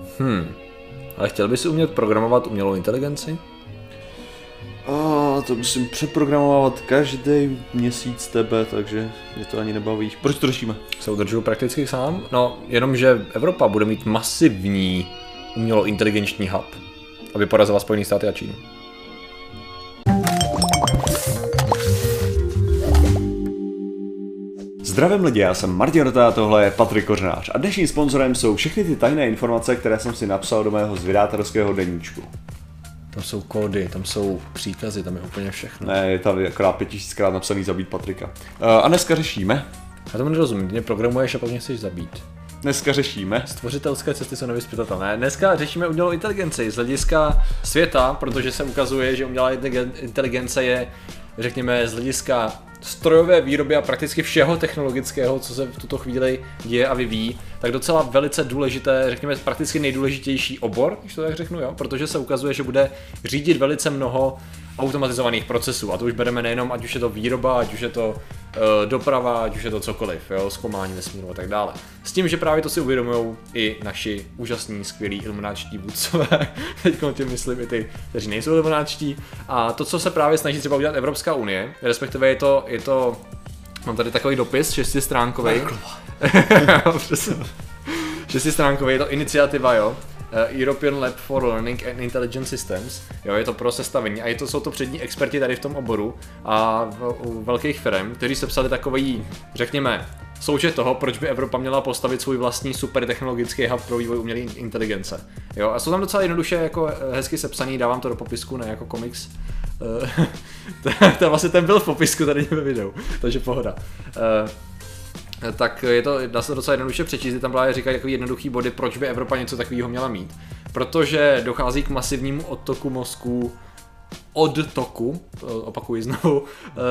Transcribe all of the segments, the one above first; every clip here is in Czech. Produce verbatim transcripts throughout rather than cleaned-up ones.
Hmm. Ale chtěl bys umět programovat umělou inteligenci? A to musím přeprogramovat každý měsíc tebe, takže mě to ani nebaví. Proč to řešíme? Se udržuju prakticky sám? No, jenom že Evropa bude mít masivní umělou inteligenční hub, aby porazila Spojené státy a Čínu. Zdravím lidi, já jsem Martin Rota a tohle je Patrik Kořenář a dnešním sponzorem jsou všechny ty tajné informace, které jsem si napsal do mého zvědátorského deníčku. Tam jsou kódy, tam jsou příkazy, tam je úplně všechno. Ne, je tady akorát pět tisíckrát napsaný zabít Patrika. Uh, a dneska řešíme. Já tomu nerozumím, ty mě programuješ a pak mě chceš zabít. Dneska řešíme. Stvořitelské cesty jsou nevyzpytatelné. Dneska řešíme umělou inteligenci z hlediska světa, protože se ukazuje, že umělá inteligence je, řekněme, z hlediska strojové výroby a prakticky všeho technologického, co se v tuto chvíli děje a vyvíjí, tak docela velice důležité, řekněme prakticky nejdůležitější obor, když to tak řeknu, jo, protože se ukazuje, že bude řídit velice mnoho automatizovaných procesů a to už bereme nejenom, ať už je to výroba, ať už je to e, doprava, ať už je to cokoliv, jo, zkoumání vesmíru a tak dále. S tím, že právě to si uvědomují i naši úžasní, skvělí ilumináčtí vůdcové, teď tím myslím i ty, kteří nejsou ilumináčtí, a to, co se právě snaží třeba udělat Evropská unie, respektive je to, je to, mám tady takový dopis, šestistránkový, šestistránkový, je to iniciativa, jo, European Lab for Learning and Intelligent Systems, jo, je to pro sestavení a je to, jsou to přední experti tady v tom oboru a v, u velkých firm, kteří sepsali takový, řekněme, součet toho, proč by Evropa měla postavit svůj vlastní super technologický hub pro vývoj umělé inteligence. Jo, a jsou tam docela jednoduše jako hezky sepsaný, dávám to do popisku, ne jako komiks. To vlastně ten byl v popisku tady ve videu, takže pohoda. Tak je to, dá se docela jednoduše přečíst, tam právě říkají takový jednoduchý body, proč by Evropa něco takového měla mít. Protože dochází k masivnímu odtoku mozků, odtoku, opakuji znovu,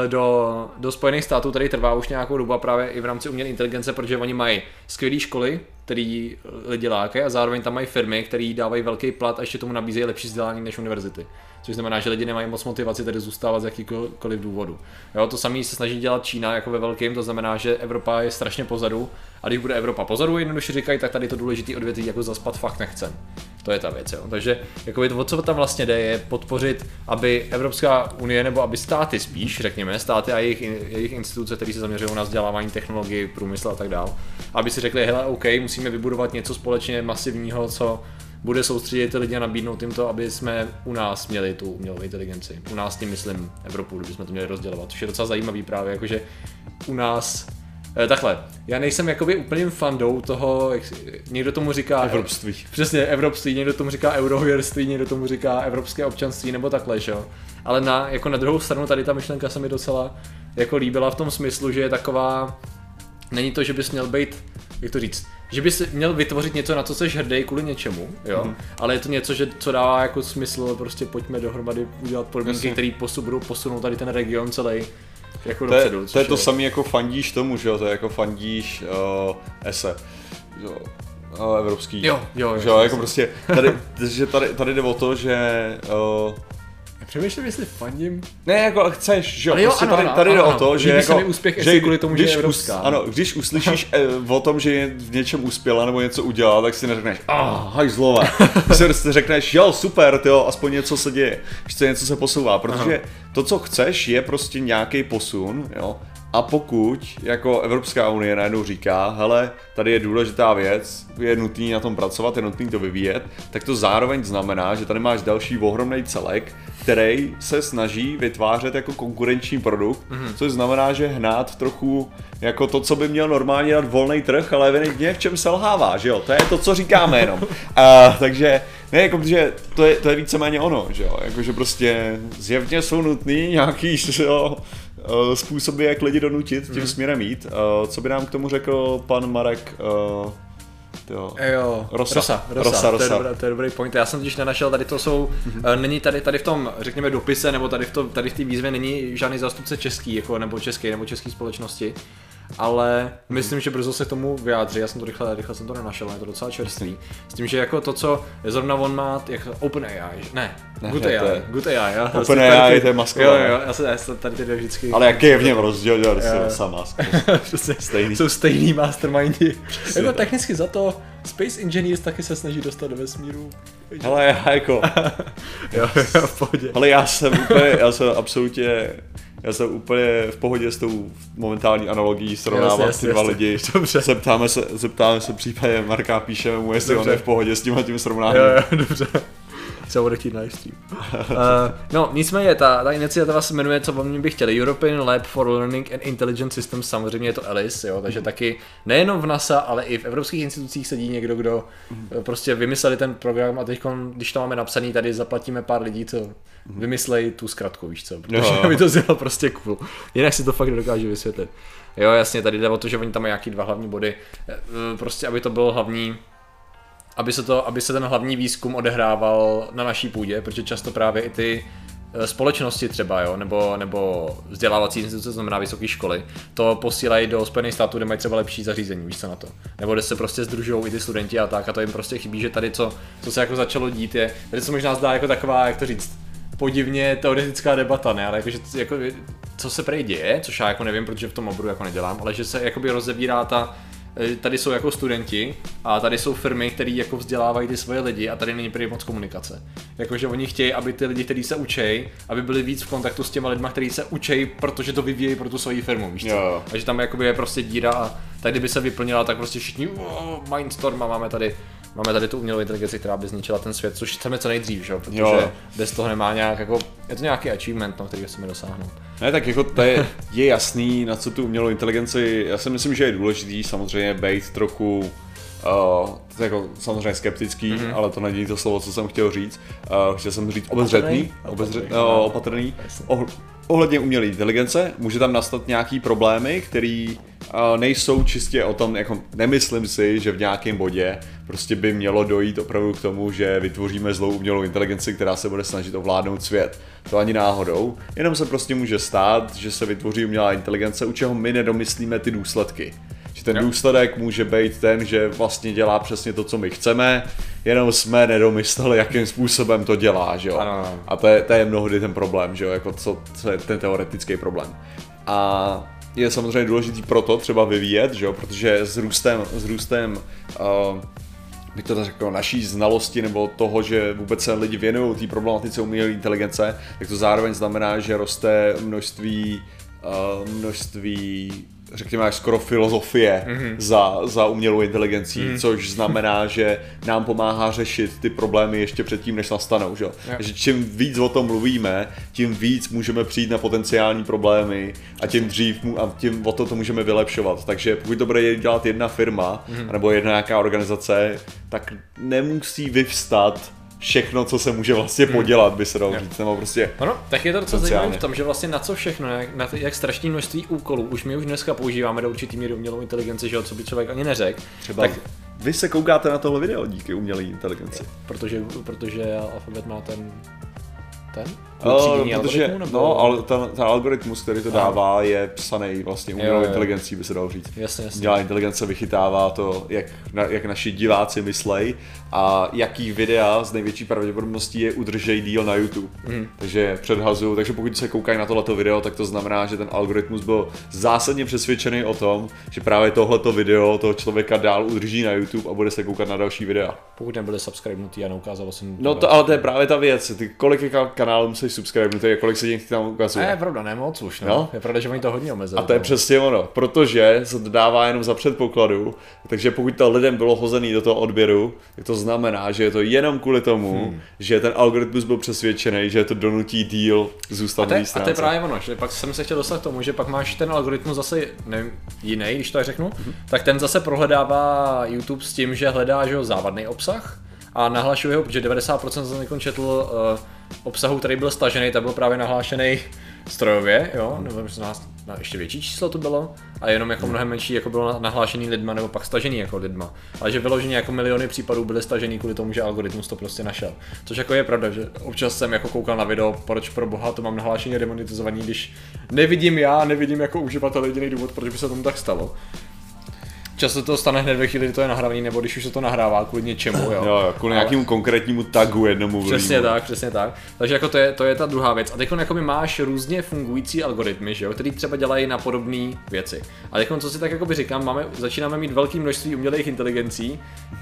do, do Spojených států, tady trvá už nějakou dobu a právě i v rámci umělé inteligence, protože oni mají skvělé školy, které lidi lákají a zároveň tam mají firmy, které dávají velký plat a ještě tomu nabízejí lepší vzdělání než univerzity. Což znamená, že lidi nemají moc motivaci tady zůstávat z jakýkoliv důvodu. Jo, to samé se snaží dělat Čína jako ve velkém, to znamená, že Evropa je strašně pozadu a když bude Evropa pozadu, jednoduše říkají, tak tady to důležité odvětví jako zaspat fakt nechcem. To je ta věc, jo. Takže jakoby to, co tam vlastně jde, je podpořit, aby Evropská unie nebo aby státy spíš, řekněme, státy a jejich, jejich instituce, které se zaměřují na vzdělávání, technologii, průmysl a tak dál, aby si řekli, hele, OK, musíme vybudovat něco společně masivního, co bude soustředit ty lidi a nabídnout jim to, aby jsme u nás měli tu umělou inteligenci. U nás tím myslím Evropu, kdybychom to měli rozdělovat, což je docela zajímavý právě, jakože u nás eh, takhle, já nejsem jakoby úplným fandou toho, jak, někdo tomu říká evropství. Přesně, evropství, někdo tomu říká eurohujerství, někdo tomu říká evropské občanství nebo takhle, že jo. Ale na, jako na druhou stranu tady ta myšlenka se mi docela jako líbila v tom smyslu, že je taková, není to, že bys měl být, jak to říct, že bys měl vytvořit něco, na co seš hrdý kvůli něčemu, jo, mm. ale je to něco, že, co dává jako smysl, prostě pojďme dohromady udělat podmínky, které posu, budou posunout tady ten region celý jako to je, dopředu. To je to samé jako fandíš tomu, že jo, to je jako fandíš uh, ese, jo, uh, evropský, jo, jo, že jo, jako prostě, tady, že tady, tady jde o to, že uh, přemýšlím, jestli fandím. Ne, jako chceš, že jo, jo, prostě ano, tady, ano, tady jde ano, o to, že jako, úspěch že kvůli tomu, že je evropská. Us, ano, když uslyšíš o tom, že je v něčem uspěla nebo něco udělala, tak si neřekneš, ah, hajzlové. si prostě řekneš, jo, super, tyjo, aspoň něco se děje, že něco se posouvá, protože aha. to, co chceš, je prostě nějaký posun, jo. A pokud jako Evropská unie najednou říká, hele, tady je důležitá věc, je nutný na tom pracovat, je nutný to vyvíjet, tak to zároveň znamená, že tady máš další ohromný celek, který se snaží vytvářet jako konkurenční produkt, mm-hmm. což znamená, že hnát trochu jako to, co by měl normálně dát volný trh, ale evidentně v čem selhává, že jo, to je to, co říkáme jenom. A, takže, ne, jako, že to je, to je víceméně ono, že jo, jakože prostě zjevně jsou nutný nějaký, že jo, způsoby, jak lidi donutit tím mm. směrem jít. Co by nám k tomu řekl pan Marek? Jo. Jo. Rosa. Rosa, Rosa, Rosa, Rosa. To, je dobrý, to je dobrý point. Já jsem totiž nenašel, tady to jsou, mm-hmm. není tady, tady v tom, řekněme, dopise, nebo tady v, to, tady v té výzvě není žádný zástupce český, jako, nebo český, nebo české společnosti. ale myslím, že brzo se k tomu vyjádří, já jsem to rychle, rychle jsem to nenašel, je to docela čerstvý. S tím, že jako to, co zrovna on má, jak OpenAI, ne, ne Good A I, Good A I, já. OpenAI, to je maskové. Jo, jo, já se, já se tady ty dvě vždycky... Ale jaký je v něm rozdíl, jo, sam Musk. Stejný. Jsou stejný mastermindy. Jako technicky za to Space Engineers taky se snaží dostat do vesmíru. Hele, já jako... jo, jo, v pohodě. Ale já jsem úplně, já jsem absolutně... Já jsem úplně v pohodě s tou momentální analogií srovnávat ty dva lidi. Dobře. Zeptáme se, zeptáme se případně Marka, píšeme mu, jestli dobře. On je v pohodě s tímhle tím srovnáním. Jo, jo, dobře. Co bude chtít na livestream. uh, no, nicméně, ta, ta iniciativa se jmenuje, co oni by chtěli, European Lab for Learning and Intelligent Systems, samozřejmě je to ELIS, jo, takže mm. taky nejenom v NASA, ale i v evropských institucích sedí někdo, kdo mm. prostě vymysleli ten program a teď, když to máme napsaný, tady zaplatíme pár lidí, co mm. vymyslejí tu zkratku, víš co, protože by to zjelo prostě cool. Jinak si to fakt nedokážu vysvětlit. Jo, jasně, tady jde o to, že oni tam mají nějaký dva hlavní body, prostě aby to bylo hlavní, aby se, to, aby se ten hlavní výzkum odehrával na naší půdě, protože často právě i ty společnosti třeba, jo, nebo, nebo vzdělávací instituce, to znamená vysoké školy, to posílají do Spojených států, kde mají třeba lepší zařízení, víš co na to. Nebo kde se prostě sdružují i ty studenti a tak, a to jim prostě chybí, že tady co, co se jako začalo dít je, tady se možná zdá jako taková, jak to říct, podivně teoretická debata, ne, ale jakože, jako, co se prej děje, což já jako nevím, protože v tom oboru jako nedělám, ale že se jakoby rozebírá ta, tady jsou jako studenti a tady jsou firmy, které jako vzdělávají ty svoje lidi a tady není prý moc komunikace. Jakože oni chtějí, aby ty lidi, kteří se učejí, aby byli víc v kontaktu s těma lidma, kteří se učejí, protože to vyvíjejí pro tu svoji firmu, víš co? Takže tam jakoby je prostě díra a tady kdyby se vyplnila, tak prostě všichni oh, Mindstorm a máme tady Máme tady tu umělou inteligenci, která by zničila ten svět, což chceme co nejdřív, že? Protože jo. Bez toho nemá nějak jako, je to nějaký achievement, no, který chceme dosáhnout. Ne, tak jako to je, je jasný, na co tu umělou inteligenci, já si myslím, že je důležitý samozřejmě být trochu, uh, jako samozřejmě skeptický, mm-hmm. ale to není to slovo, co jsem chtěl říct. Uh, chtěl jsem říct obezřetný, obezřetný, uh, opatrný. Oh, ohledně umělé inteligence může tam nastat nějaký problémy, které uh, nejsou čistě o tom, jako nemyslím si, že v nějakém bodě prostě by mělo dojít opravdu k tomu, že vytvoříme zlou umělou inteligenci, která se bude snažit ovládnout svět. To ani náhodou, jenom se prostě může stát, že se vytvoří umělá inteligence, u čeho my nedomyslíme ty důsledky. Že ten důsledek může být ten, že vlastně dělá přesně to, co my chceme, jenom jsme nedomysleli, jakým způsobem to dělá, že jo. Ano. A to je, to je mnohdy ten problém, že jo, jako co, co je ten teoretický problém. A je samozřejmě důležitý proto třeba vyvíjet, že jo, protože s růstem, s růstem uh, bych to tak řekl, naší znalosti nebo toho, že vůbec se lidi věnují té problematice umělé inteligence, tak to zároveň znamená, že roste množství, uh, množství řekněme až skoro filozofie mm-hmm. za, za umělou inteligencí, mm-hmm. což znamená, že nám pomáhá řešit ty problémy ještě předtím, než nastanou. Že? Takže čím víc o tom mluvíme, tím víc můžeme přijít na potenciální problémy a tím dřív mu, a tím o to, to můžeme vylepšovat. Takže pokud to bude dělat jedna firma mm-hmm. nebo jedna nějaká organizace, tak nemusí vyvstat všechno, co se může vlastně podělat, by se dalo říct, nebo prostě... Ano, tak je to docela zajímavé v tom, že vlastně na co všechno, jak, na jak strašné množství úkolů, už my už dneska používáme do určitý míry umělou inteligenci, že jo, co by člověk ani neřekl. Třeba tak... vy se koukáte na tohle video díky umělé inteligenci. Protože, protože Alphabet má ten... ten? Uh, protože, nebo... no, ale ten, ten algoritmus, který to dává, Aha. je psaný vlastně umělou inteligencí, by se dalo říct. Jasně, jasně. Umělá inteligence vychytává to, jak, na, jak naši diváci myslej a jaký videa z největší pravděpodobností je udržej díl na YouTube. Mm. Takže předhazuju, takže pokud se koukají na tohleto video, tak to znamená, že ten algoritmus byl zásadně přesvědčený o tom, že právě tohleto video toho člověka dál udrží na YouTube a bude se koukat na další videa. Pokud nebyli subscribenutý a neukázalo jsem... No to, ale to je právě ta věc, ty kolik kanálů musíš subscribenutý a kolik se těch tam ukazuje. Ne, je pravda, ne moc už, no. no. Je pravda, že oni to hodně omezili. A to je přesně ono, protože se to dává jenom za předpokladu, takže pokud to lidem bylo hozený do toho odběru, tak to znamená, že je to jenom kvůli tomu, hmm. že ten algoritmus byl přesvědčený, že to donutí díl zůstat na té stránce. A to je právě ono, že pak jsem se chtěl dostat k tomu, že pak máš ten algoritmus zase, nevím, jiný, když to tak řeknu, hmm. tak ten zase prohledává YouTube s tím, že hledá, že jo, závadný obsah a nahlašuje ho, protože devadesát procent jsem někdo četl uh, obsahu, který byl stažený, tak byl právě nahlášený strojově, jo, nebo nás na ještě větší číslo to bylo a jenom jako mnohem menší jako bylo nahlášený lidma nebo pak stažený jako lidma. Ale že vyloženě jako miliony případů byly stažený kvůli tomu, že algoritmus to prostě našel. Což jako je pravda, že občas jsem jako koukal na video, proč pro boha to mám nahlášení a demonetizovaný, když nevidím já, nevidím jako uživatel jediný důvod, proč by se tomu tak stalo. Často to stane hned ve chvíli, kdy to je nahravený, nebo když už se to nahrává kvůli něčemu, jo. Jo, kvůli nějakému konkrétnímu tagu jednomu. Přesně tak, přesně tak. Takže jako to je, to je ta druhá věc. A teď jako máš různě fungující algoritmy, že jo, který třeba dělají na podobné věci. A teď co si tak jako by říkám, máme, začínáme mít velké množství umělých inteligencí,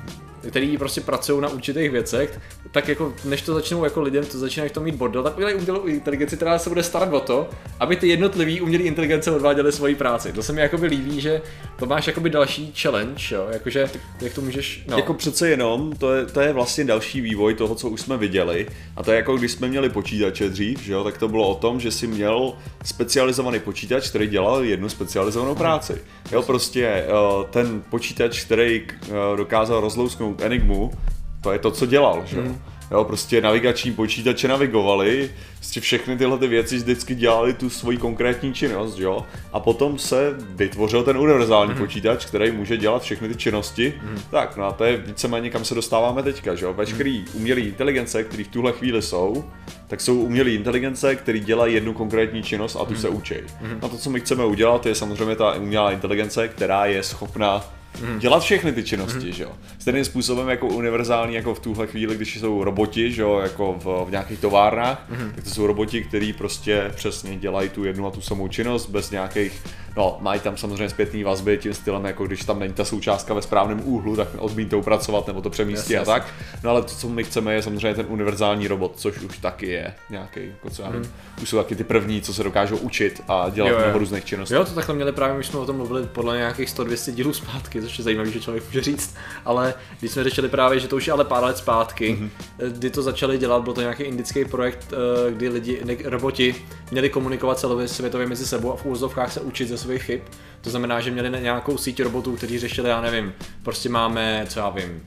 který prostě pracují na určitých věcech, tak jako než to začnou jako lidem, to začínají to mít bordel, tak udělají umělou inteligenci, která se bude starat o to, aby ty jednotlivý umělé inteligence odváděly svoji práci. To se mi jakoby líbí, že to máš jakoby další challenge, jo, jakože jak to můžeš, no. Jako přece jenom, to je, to je vlastně další vývoj toho, co už jsme viděli, a to je jako když jsme měli počítače dřív, že jo, tak to bylo o tom, že si měl specializovaný počítač, který dělal jednu specializovanou práci. Jo, prostě ten počítač, který dokázal rozlousknout Enigmu, to je to, co dělal, že mm. jo, prostě navigační počítače navigovali, prostě všechny tyhle ty věci vždycky dělali tu svoji konkrétní činnost, jo, a potom se vytvořil ten univerzální mm. počítač, který může dělat všechny ty činnosti, mm. tak, no a to je víceméně kam se dostáváme teďka, že jo, veškerý umělý inteligence, které v tuhle chvíli jsou, tak jsou umělé inteligence, které dělají jednu konkrétní činnost a tu mm. se učí. Mm. A to, co my chceme udělat, je samozřejmě ta umělá inteligence, která je schopná Mm. dělat všechny ty činnosti, mm. že jo. Stejným způsobem jako univerzální, jako v tuhle chvíli, když jsou roboti, že jo, jako v, v nějakých továrnách, mm. tak to jsou roboti, kteří prostě přesně dělají tu jednu a tu samou činnost bez nějakých, no, mají tam samozřejmě zpětný vazby tím stylem, jako když tam není ta součástka ve správném úhlu, tak odmí to pracovat nebo to přemístí yes, a tak. No ale to, co my chceme, je samozřejmě ten univerzální robot, což už taky je nějaký, jako co já vím, mm. už jsou taky ty první, co se dokážou učit a dělat jo, mnoho různých činností. Jo, to takhle měli právě, my jsme o tom mluvili podle nějakých sto dvě stě dílů zpátky, což je zajímavý, že člověk může říct, ale když jsme řešili právě, že to už je ale pár let zpátky, mm-hmm. kdy to začali dělat, byl to nějaký indický projekt, kdy lidi, roboti měli komunikovat celosvětově mezi sebou a v úvozovkách se učit ze svých chyb. To znamená, že měli nějakou síť robotů, kteří řešili, já nevím, prostě máme, co já vím,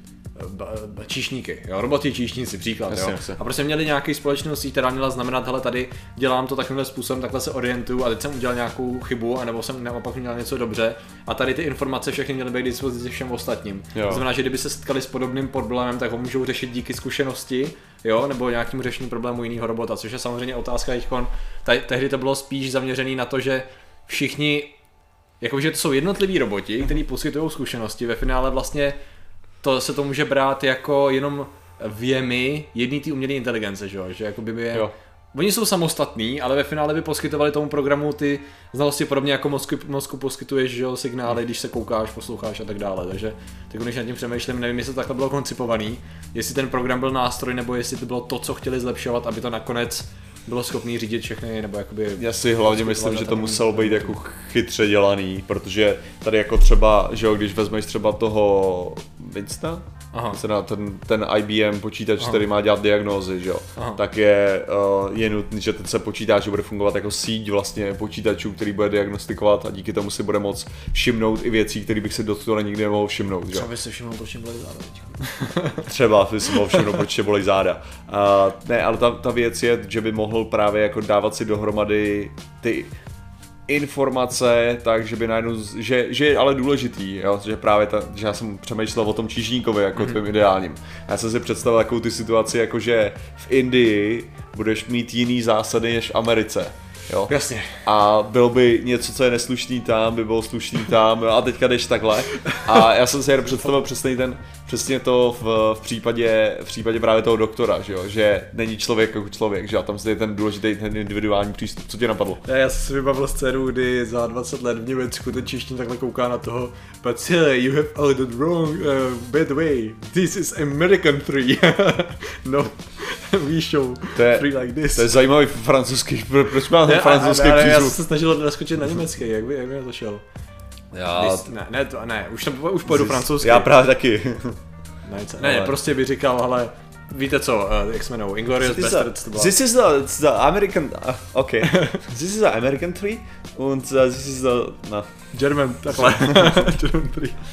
číšníky, jo, roboti číšníci, příklad, jasně, jo. Jasně. A prostě měli nějaký společnou síť, která měla znamenat, hele, tady dělám to takovýmhle způsobem, takhle se orientuju a teď jsem udělal nějakou chybu, anebo jsem naopak udělal něco dobře a tady ty informace všechny měly být k dispozici všem ostatním. Jo. To znamená, že kdyby se setkali s podobným problémem, tak ho můžou řešit díky zkušenosti, jo, nebo nějakým řešení problému jiného robota, což je samozřejmě otázka teďkon. Tehdy to bylo spíš zaměřené na to, že všichni, jakože to jsou jednotliví roboti, kteří poskytují zkušenosti, ve finále vlastně to se to může brát jako jenom věmy jedné té umělé inteligence, že jo, že jako by je, jo. Oni jsou samostatní, ale ve finále by poskytovali tomu programu ty znalosti podobně jako mozku, mozku poskytuješ, že jo, signály, když se koukáš, posloucháš a tak dále, takže tak když nad tím přemýšlím, nevím, jestli to takhle bylo koncipovaný, jestli ten program byl nástroj, nebo jestli to bylo to, co chtěli zlepšovat, aby to nakonec bylo schopný řídit všechny, nebo jakoby... Já si hlavně myslím, že to muselo být jako chytře dělaný, protože tady jako třeba, že jo, když vezmeš třeba toho Winstona, na ten, ten I B M počítač, aha. který má dělat diagnózy, že jo, aha. tak je, uh, je nutný, že teď se počítá, že bude fungovat jako síť vlastně počítačů, který bude diagnostikovat a díky tomu si bude moct všimnout i věcí, které bych si do toho nikdy nemohl všimnout, že jo. Třeba by si všimnul, proč bolí záda teďka. Třeba by si mohl všimnout, proč bolí záda. Uh, ne, ale ta, ta věc je, že by mohl právě jako dávat si dohromady ty informace, takže by najednou, že, že je ale důležitý, jo, že právě ta, že já jsem přemýšlel o tom číšníkovi jako mm-hmm. tvým ideálním. Já jsem si představil takovou ty situaci, jako že v Indii budeš mít jiný zásady než v Americe. Jo? Jasně. A bylo by něco, co je neslušný tam, by bylo slušný tam, jo? A teďka jdeš takhle. A já jsem si jen představil přesně, ten, přesně to v, v, případě, v případě právě toho doktora, že, jo? Že není člověk jako člověk, že? A tam je ten důležitý, ten individuální přístup. Co tě napadlo? Já, já jsem si vybavil scénu, kdy za dvacet let v Německu ten číšník takhle kouká na toho, but sir, you have ordered wrong, uh, bad way, this is American tree. No, we show to je, free like this. To je zajímavý francouzský, proč má ten francouzský přízvuk? Já jsem se snažil naskočit na německý, jak by, jak by to šel? Já... Ne, ne, to, ne, už, tam, už pojedu francouzsky. Já právě taky. Ne, ne, ne, prostě by říkal, ale víte co, uh, jak se jmenou, Inglourious Basterds to byla. This is the, the American, uh, okay, this is the American tree und uh, this is the, no. German, takhle, German tree.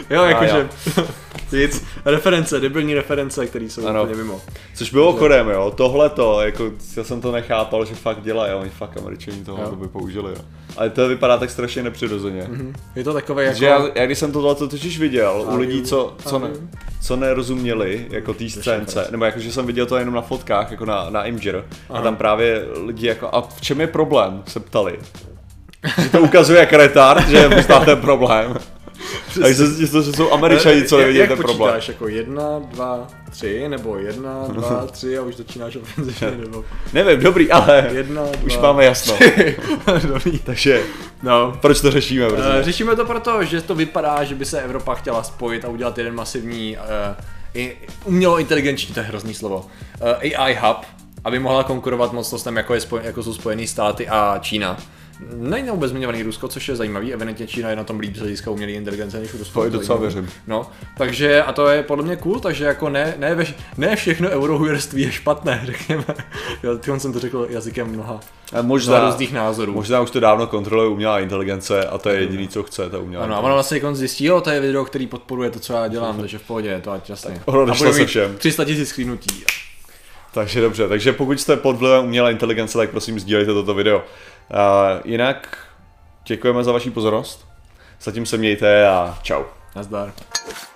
Jo, jakože nic, reference, debilní reference, které jsou ano. úplně mimo. Což bylo chodem, jo, tohleto, jako já jsem to nechápal, že fakt dělají, oni fakt Američani toho by použili, jo. Ale to vypadá tak strašně nepřirozeně. Mm-hmm. Je to takové jako... Že já, já když jsem tohleto totiž viděl u lidí, co, co, ne, co nerozuměli, jako té scénce, nebo jako, že jsem viděl to jenom na fotkách, jako na, na Imgur, a tam právě lidi jako, a v čem je problém, se ptali. Že to ukazuje jak retard, že je ten problém. Takže se to, že jsou Američani, co nevidí ten problém. Jak počítáš, jako jedna, dva, tři, nebo jedna, dva, tři a už začínáš ofenzivně, nebo... Nevím, dobrý, ale jedna, dva, už máme jasno. Dobrý. Takže, no. Proč to řešíme? Uh, řešíme to proto, že to vypadá, že by se Evropa chtěla spojit a udělat jeden masivní, uh, umělo inteligenční, to je hrozný slovo, uh, A I hub, aby mohla konkurovat mocnostem, jako, je spoj, jako jsou Spojené státy a Čína. Není vůbec zmiňovaný Rusko, což je zajímavý, evidentně Čína je na tom líp z hlediska umělé inteligence než Rusko. To je docela věřím. No, takže a to je podle mě cool, takže jako ne, ne, ve, ne všechno eurohujerství je špatné, řekněme. Jo, teď jsem to řekl jazykem mnoha, možná, mnoha různých názorů. Možná už to dávno kontroluje umělá inteligence a to je jediný, co chce, ta umělá ano, a ona vlastně zjistí, jo, to je video, který podporuje to, co já dělám, takže v pohodě, je to ať jasně. A bude mít tři sta tisíc screenutí. Takže dobře, takže pokud jste pod vlivem umělé inteligence, tak prosím sdílejte toto video. Uh, jinak děkujeme za vaši pozornost, zatím se mějte a čau. Nazdar.